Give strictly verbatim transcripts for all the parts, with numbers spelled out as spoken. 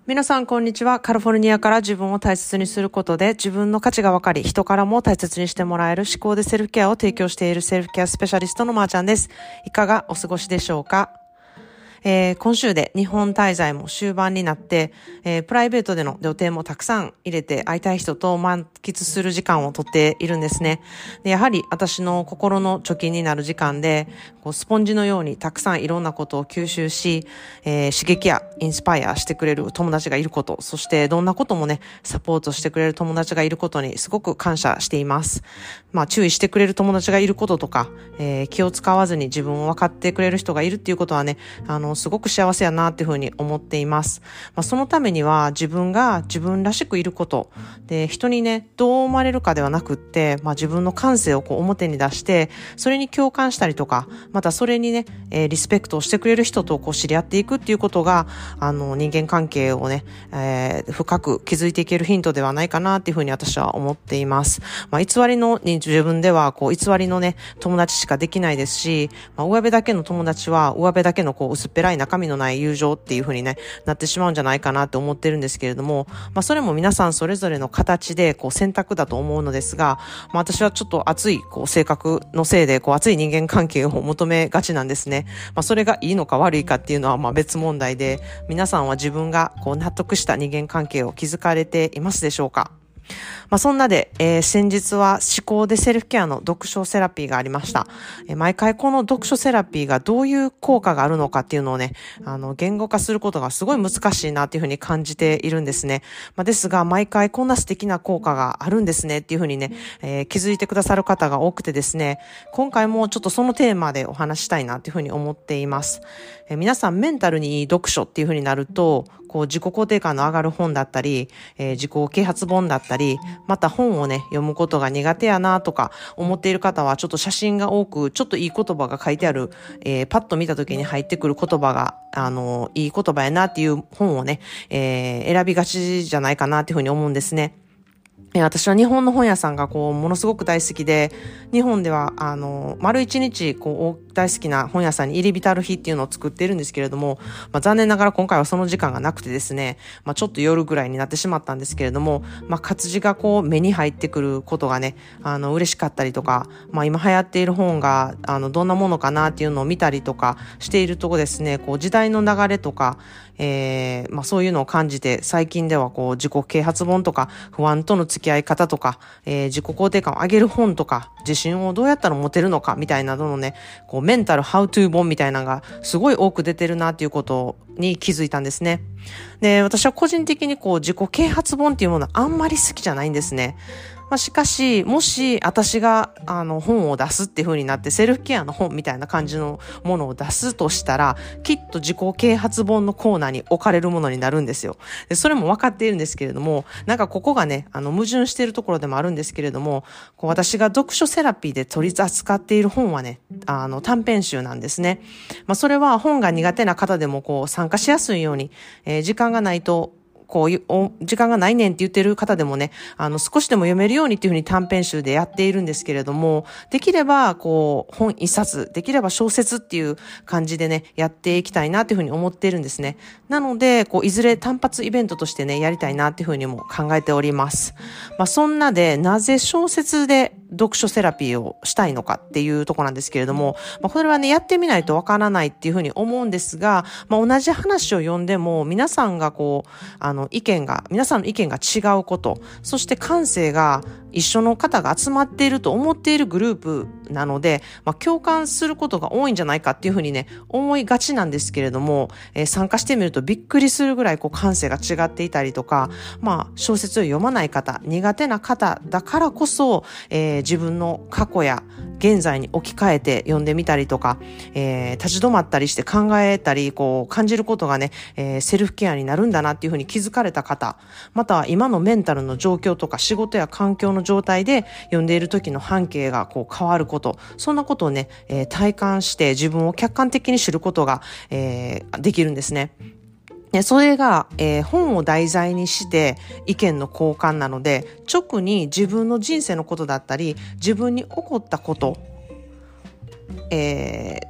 皆さんこんにちは。カリフォルニアから自分を大切にすることで自分の価値が分かり、人からも大切にしてもらえる思考でセルフケアを提供しているセルフケアスペシャリストのまーちゃんです。いかがお過ごしでしょうか？えー、今週で日本滞在も終盤になって、えー、プライベートでの予定もたくさん入れて会いたい人と満喫する時間をとっているんですね。でやはり私の心の貯金になる時間で、こうスポンジのようにたくさんいろんなことを吸収し、えー、刺激やインスパイアしてくれる友達がいること、そしてどんなこともね、サポートしてくれる友達がいることにすごく感謝しています。まあ注意してくれる友達がいることとか、えー、気を使わずに自分を分かってくれる人がいるっていうことはね、あのすごく幸せやなっていうふうに思っています。まあ、そのためには自分が自分らしくいることで、人にねどう思われるかではなくって、まあ、自分の感性をこう表に出してそれに共感したりとか、またそれにね、えー、リスペクトをしてくれる人とこう知り合っていくっていうことが、あの人間関係をね、えー、深く築いていけるヒントではないかなっていうふうに私は思っています。まあ、偽りのに自分ではこう偽りのね友達しかできないですし、まあ、上辺だけの友達は上辺だけのこう薄っぺらい中身のない友情っていう風にねなってしまうんじゃないかなと思ってるんですけれども、まあそれも皆さんそれぞれの形でこう選択だと思うのですが、まあ私はちょっと熱いこう性格のせいでこう熱い人間関係を求めがちなんですね。まあそれがいいのか悪いかっていうのはまあ別問題で、皆さんは自分がこう納得した人間関係を築かれていますでしょうか？まあ、そんなで、えー、先日は思考でセルフケアの読書セラピーがありました。えー、毎回この読書セラピーがどういう効果があるのかっていうのをね、あの、言語化することがすごい難しいなっていうふうに感じているんですね。まあ、ですが、毎回こんな素敵な効果があるんですねっていうふうにね、えー、気づいてくださる方が多くてですね、今回もちょっとそのテーマでお話したいなっていうふうに思っています。えー、皆さんメンタルにいい読書っていうふうになると、こう自己肯定感の上がる本だったり、えー、自己啓発本だったり、また本をね読むことが苦手やなとか思っている方は、ちょっと写真が多くちょっといい言葉が書いてある、えー、パッと見た時に入ってくる言葉があのいい言葉やなっていう本をね、えー、選びがちじゃないかなっていうふうに思うんですね。私は日本の本屋さんがこうものすごく大好きで、日本ではあの丸一日こう大好きな本屋さんに入り浸る日っていうのを作っているんですけれども、まあ、残念ながら今回はその時間がなくてですね、まあ、ちょっと夜ぐらいになってしまったんですけれども、まあ、活字がこう目に入ってくることがね、あの嬉しかったりとか、まあ、今流行っている本があのどんなものかなっていうのを見たりとかしているとこですね、こう時代の流れとか、えーまあ、そういうのを感じて、最近ではこう自己啓発本とか不安との付き合い方とか、えー、自己肯定感を上げる本とか、自信をどうやったら持てるのかみたいなどのね、こうメンタルハウトゥー本みたいなのがすごい多く出てるなっていうことに気づいたんですね。で、私は個人的にこう自己啓発本っていうものはあんまり好きじゃないんですね。まあ、しかし、もし私があの本を出すっていう風になって、セルフケアの本みたいな感じのものを出すとしたら、きっと自己啓発本のコーナーに置かれるものになるんですよ。でそれも分かっているんですけれども、なんかここがね、あの矛盾しているところでもあるんですけれども、こう私が読書セラピーで取り扱っている本はね、あの短編集なんですね。まあ、それは本が苦手な方でもこう参加しやすいように、えー、時間がないとこういう時間がないねんって言ってる方でもね、あの少しでも読めるようにっていうふうに短編集でやっているんですけれども、できればこう本一冊、できれば小説っていう感じでねやっていきたいなっていうふうに思っているんですね。なのでこういずれ単発イベントとしてねやりたいなっていうふうにも考えております。まあそんなで、なぜ小説で読書セラピーをしたいのかっていうところなんですけれども、まあこれはねやってみないとわからないっていうふうに思うんですが、まあ同じ話を読んでも皆さんがこうあの意見が皆さんの意見が違うこと、そして感性が一緒の方が集まっていると思っているグループなので、まあ、共感することが多いんじゃないかっていうふうにね思いがちなんですけれども、えー、参加してみるとびっくりするぐらいこう感性が違っていたりとか、まあ小説を読まない方、苦手な方だからこそ、えー、自分の過去や現在に置き換えて読んでみたりとか、えー、立ち止まったりして考えたりこう感じることがね、えー、セルフケアになるんだなっていうふうに気づかれた方、または今のメンタルの状況とか仕事や環境の状態で読んでいる時の半径がこう変わること、そんなことをね、えー、体感して自分を客観的に知ることが、えー、できるんですね。それが、えー、本を題材にして意見の交換なので、直に自分の人生のことだったり自分に起こったこと、えー、とか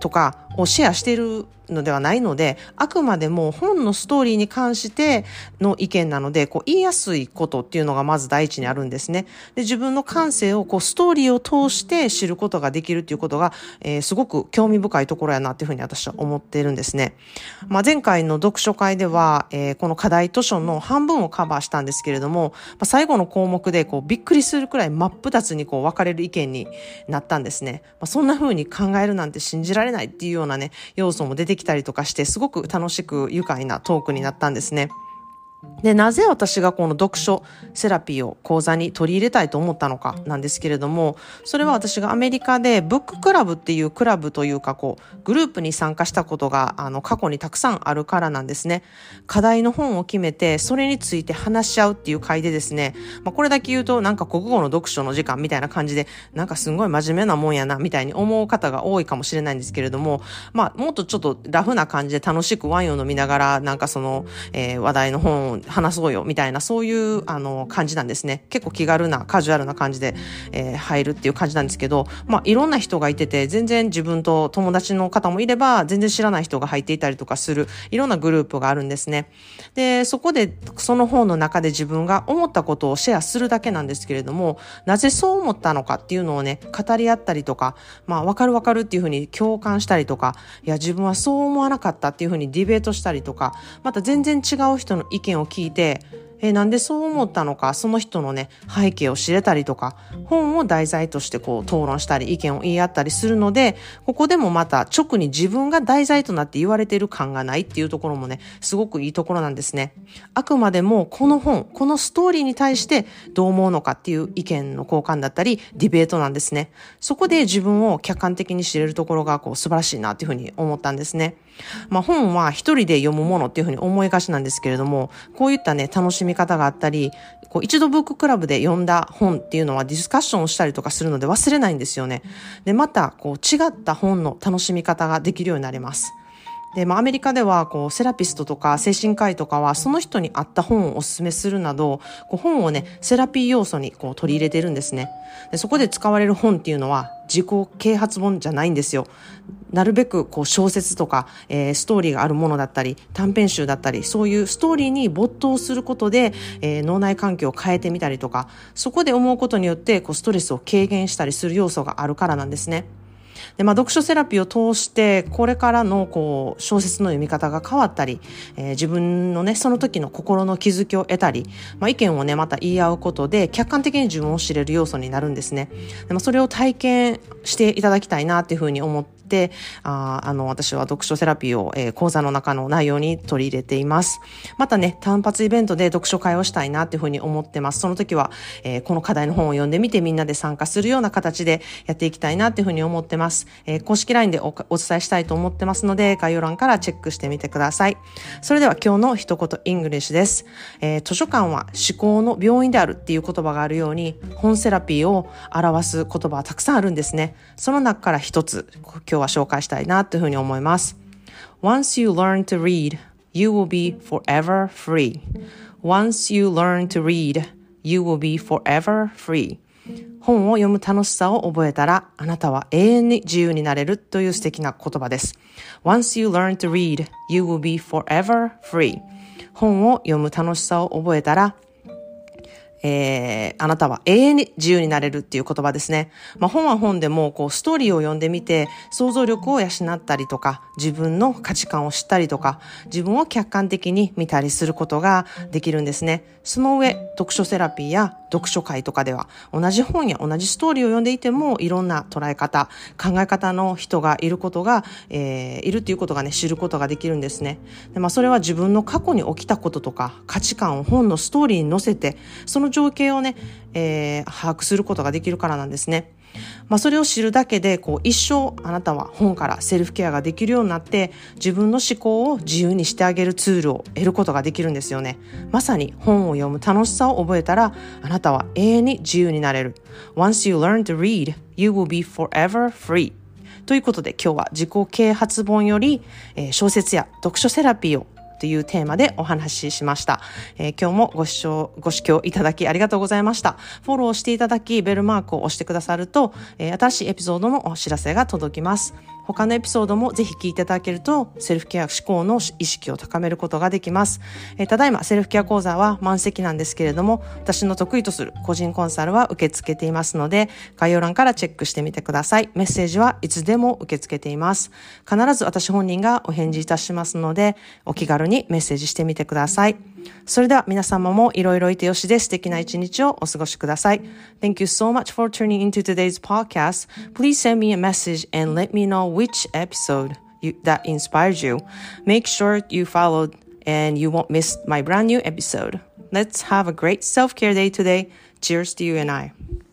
をシェアしているのではないので、あくまでも本のストーリーに関しての意見なので、こう言いやすいことっていうのがまず第一にあるんですね。で、自分の感性をこうストーリーを通して知ることができるっていうことが、えー、すごく興味深いところやなっていうふうに私は思っているんですね。まあ、前回の読書会では、えー、この課題図書の半分をカバーしたんですけれども、まあ、最後の項目でこうびっくりするくらい真っ二つにこう分かれる意見になったんですね。まあ、そんな風に考えるなんて信じられないっていうようなね、要素も出てきたりとかして、すごく楽しく愉快なトークになったんですね。で、なぜ私がこの読書セラピーを講座に取り入れたいと思ったのかなんですけれども、それは私がアメリカでブッククラブっていうクラブというかこうグループに参加したことがあの過去にたくさんあるからなんですね。課題の本を決めてそれについて話し合うっていう会でですね、まあ、これだけ言うとなんか国語の読書の時間みたいな感じでなんかすごい真面目なもんやなみたいに思う方が多いかもしれないんですけれども、まあもっとちょっとラフな感じで楽しくワインを飲みながらなんかその、えー、話題の本を話そうよみたいなそういうあの感じなんですね。結構気軽なカジュアルな感じで、えー、入るっていう感じなんですけど、まあいろんな人がいてて全然自分と友達の方もいれば全然知らない人が入っていたりとかするいろんなグループがあるんですね。で、そこでその本の中で自分が思ったことをシェアするだけなんですけれども、なぜそう思ったのかっていうのをね語り合ったりとか、まあわかるわかるっていうふうに共感したりとか、いや自分はそう思わなかったっていうふうにディベートしたりとか、また全然違う人の意見を聞いてえなんでそう思ったのか、その人のね背景を知れたりとか、本を題材としてこう討論したり意見を言い合ったりするので、ここでもまた直に自分が題材となって言われている感がないっていうところもねすごくいいところなんですね。あくまでもこの本このストーリーに対してどう思うのかっていう意見の交換だったりディベートなんですね。そこで自分を客観的に知れるところがこう素晴らしいなっていうふうに思ったんですね。まあ本は一人で読むものっていうふうに思いがちなんですけれども、こういったね楽しみ方があったり、こう一度ブッククラブで読んだ本っていうのはディスカッションをしたりとかするので忘れないんですよね。で、またこう違った本の楽しみ方ができるようになります。で、まあ、アメリカではこうセラピストとか精神科医とかはその人に合った本をお勧めするなど、こう本をねセラピー要素にこう取り入れてるんですね。で、そこで使われる本っていうのは自己啓発本じゃないんですよ。なるべくこう小説とか、えー、ストーリーがあるものだったり短編集だったり、そういうストーリーに没頭することで、えー、脳内環境を変えてみたりとか、そこで思うことによってこうストレスを軽減したりする要素があるからなんですね。で、まあ、読書セラピーを通してこれからのこう小説の読み方が変わったり、えー、自分のねその時の心の気づきを得たり、まあ、意見をねまた言い合うことで客観的に自分を知れる要素になるんですね。で、まあ、それを体験していただきたいなっていうふうに思ってでああの私は読書セラピーを、えー、講座の中の内容に取り入れています。またね単発イベントで読書会をしたいなっていうふうに思ってます。その時は、えー、この課題の本を読んでみてみんなで参加するような形でやっていきたいなっていうふうに思ってます。えー、公式 ライン で お, お伝えしたいと思ってますので概要欄からチェックしてみてください。それでは今日の一言イングリッシュです。えー、図書館は思考の病院であるっていう言葉があるように、本セラピーを表す言葉はたくさんあるんですね。その中から一つ今日は紹介したいなというふうに思います。Once you learn to read, you will be forever free. Once you learn to read, you will be forever free. 本を読む楽しさを覚えたら、あなたは永遠に自由になれるという素敵な言葉です。Once you learn to read, you will be forever free. 本を読む楽しさを覚えたら、えー、あなたは永遠に自由になれるっていう言葉ですね。まあ、本は本でもこうストーリーを読んでみて想像力を養ったりとか、自分の価値観を知ったりとか、自分を客観的に見たりすることができるんですね。その上、読書セラピーや読書会とかでは同じ本や同じストーリーを読んでいてもいろんな捉え方、考え方の人がいることが、えー、いるっていうことがね知ることができるんですね。で、まあ、それは自分の過去に起きたこととか価値観を本のストーリーに載せて、その情景をね、えー、把握することができるからなんですね。まあ、それを知るだけでこう一生あなたは本からセルフケアができるようになって、自分の思考を自由にしてあげるツールを得ることができるんですよね。まさに本を読む楽しさを覚えたら、あなたは永遠に自由になれる。 Once you learn to read, you will be forever free. ということで今日は自己啓発本より、えー、小説や読書セラピーをというテーマでお話ししました。えー、今日もご視聴、ご視聴いただきありがとうございました。フォローしていただき、ベルマークを押してくださると、えー、新しいエピソードのお知らせが届きます。 他のエピソードもぜひ聞いていただけると、セルフケア思考の意識を高めることができます。えー、ただいまセルフケア講座は満席なんですけれども、私の得意とする個人コンサルは受け付けていますので、概要欄からチェックしてみてください。メッセージはいつでも受け付けています。必ず私本人がお返事いたしますので、お気軽にメッセージしてみてください。それでは皆様もいろいろいてよしで素敵な一日をお過ごしください。Thank you so much for tuning into today's podcast. Please send me a message and let me know which episode you, that inspired you. Make sure you followed and you won't miss my brand new episode. Let's have a great self-care day today. Cheers to you and I.